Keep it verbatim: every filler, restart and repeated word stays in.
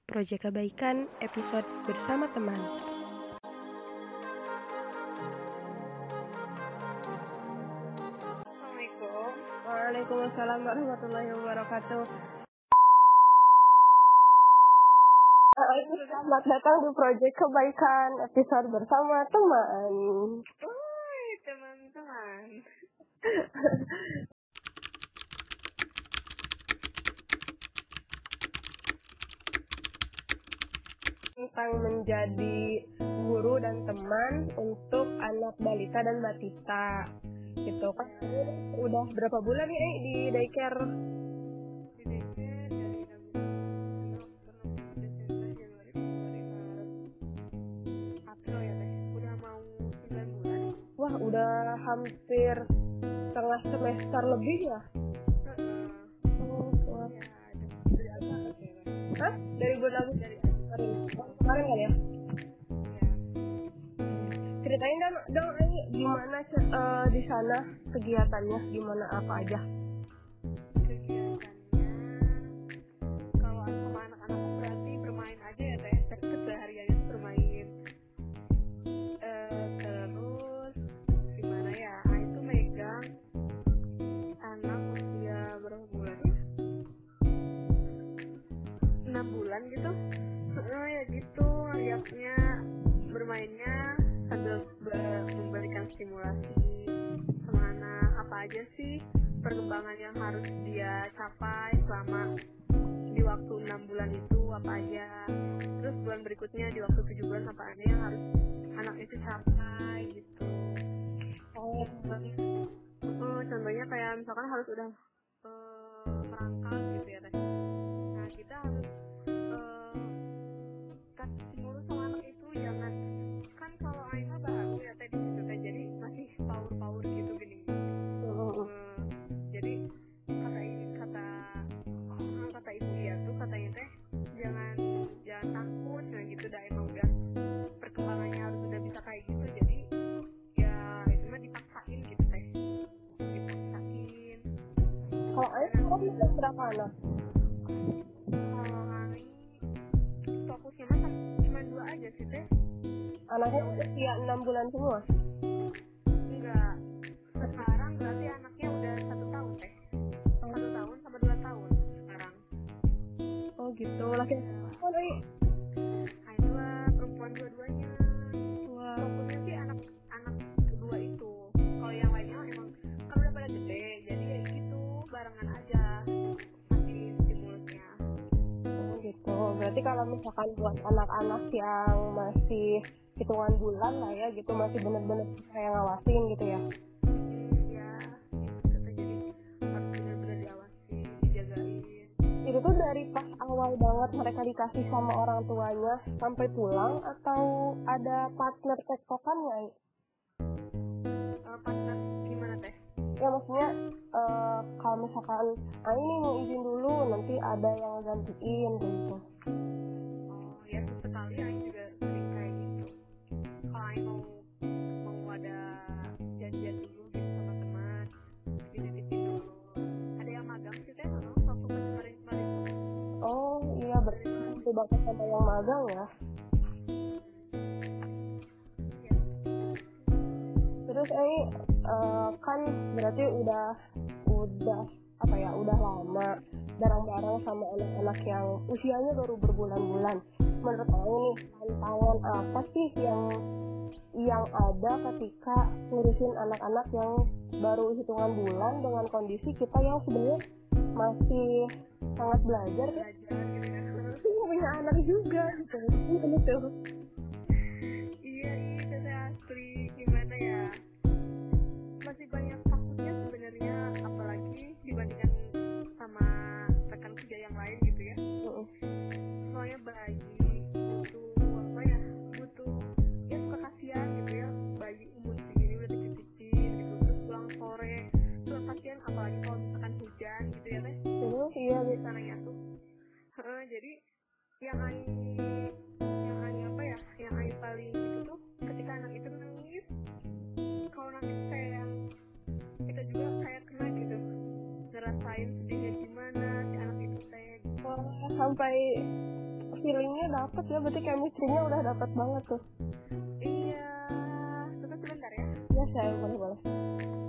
Proyek Kebaikan episode Bersama Teman. Assalamualaikum. Waalaikumsalam warahmatullahi wabarakatuh. Selamat datang di Proyek Kebaikan episode Bersama Teman. Woi, teman-teman. Tentang menjadi guru dan teman untuk anak balita dan batita. Gitu kan udah berapa bulan nih di daycare? Di daycare dari Desember, Januari, Februari, Maret, April ya teh. Udah mau sembilan bulan. Wah, udah hampir setengah semester lebih ya? Heeh. Oh, wah. Ya, dari apa ya? Hah? Dari bulan Agustus Dari kemarin, kemarin kan ya? ya. Ceritain dong, dong ini gimana uh, di sana kegiatannya, gimana apa aja? Kegiatannya kalau sama anak-anak berarti bermain aja ya teh. Kesehariannya tuh bermain. Eh, terus gimana ya? Ah itu megang anak usia berapa bulan ya? enam bulan gitu. Oh ya gitu, lihatnya bermainnya sambil ber- memberikan stimulasi sama anak, apa aja sih perkembangan yang harus dia capai selama di waktu enam bulan itu apa aja, terus bulan berikutnya di waktu tujuh bulan apa aja yang harus anak itu capai gitu. Oh, oh contohnya kayak misalkan harus udah uh, merangkak gitu ya teh. Nah kita harus uh, kasih stimulus sama anak itu, jangan kan kalau Aina baru ya teh di situ teh, jadi masih power power gitu gini. Uh, jadi kata kata kata ibu dia tuh katanya teh jangan jangan takut nah gitu dah, emang udah perkembangannya harus udah bisa kayak gitu, jadi ya itu mah dipaksain gitu teh, dipaksain. Kalau Aina sekarang bisa berapa anak? Kalau Ani fokusnya mah cuma dua aja sih teh. Anaknya usia enam bulan semua? Enggak, sekarang berarti anaknya udah satu tahun teh, satu tahun sama dua tahun sekarang. Oh gitu, laki oh lagi Nah itu lah perempuan dua-duanya. wah. Fokusnya sih anak anak kedua itu. Kalau yang lainnya emang kan udah pada gede, jadi ya gitu barengan aja kasih stimulusnya. Oh gitu, berarti kalau misalkan buat anak-anak yang masih hitungan bulan lah ya gitu, masih bener-bener kayak ngawasin gitu ya? Hmm, ya gitu tuh, jadi harus benar-benar diawasi, dijagain. Itu tuh dari pas awal banget mereka dikasih sama orang tuanya sampai pulang, atau ada partner tektokannya? Uh, partner gimana teh? Ya maksudnya uh, kalau misalkan ah ini mau izin dulu, nanti ada yang gantiin gitu. Oh ya sesekali Aing juga sering kayak gitu. Kalau Aing mau mau ada janjian dulu gitu sama teman, dititipin dulu. Ada yang magang sih teh, no? Waktu kemarin-kemarin. Oh iya, berarti itu banget sama yang magang ya. Ya. Terus ini uh, kan berarti udah udah apa ya udah lama bareng-bareng sama anak-anak yang usianya baru berbulan-bulan. Menurut aku nih, tantangan apa sih yang yang ada ketika ngurusin anak-anak yang baru hitungan bulan dengan kondisi kita yang sebenarnya masih sangat belajar, Belajar gitu ya. tapi punya anak juga gitu. Gitu. Iya, iya, saya asli gimana ya? Masih banyak takutnya sebenarnya, apalagi dibandingkan sama rekan kerja yang lain gitu ya. Uh-uh. Soalnya bayi butuh apa ya? Butuh ya suka kasihan gitu ya. Bayi umur segini udah dititipin gitu, terus pulang sore suka kasihan, apalagi kalau misalkan hujan gitu ya teh. Terus iya Di sananya tuh. Heeh, jadi yang Ai yang Ai apa ya? Yang Ai paling itu tuh ketika anak itu nangis. Kalau nangis kayak yang kita juga kayak kena gitu, ngerasain sedihnya gimana si anak itu teh. sampai feelingnya dapet ya, berarti chemistry-nya udah dapet banget tuh. Iya, tunggu sebentar ya. Ya saya boleh boleh.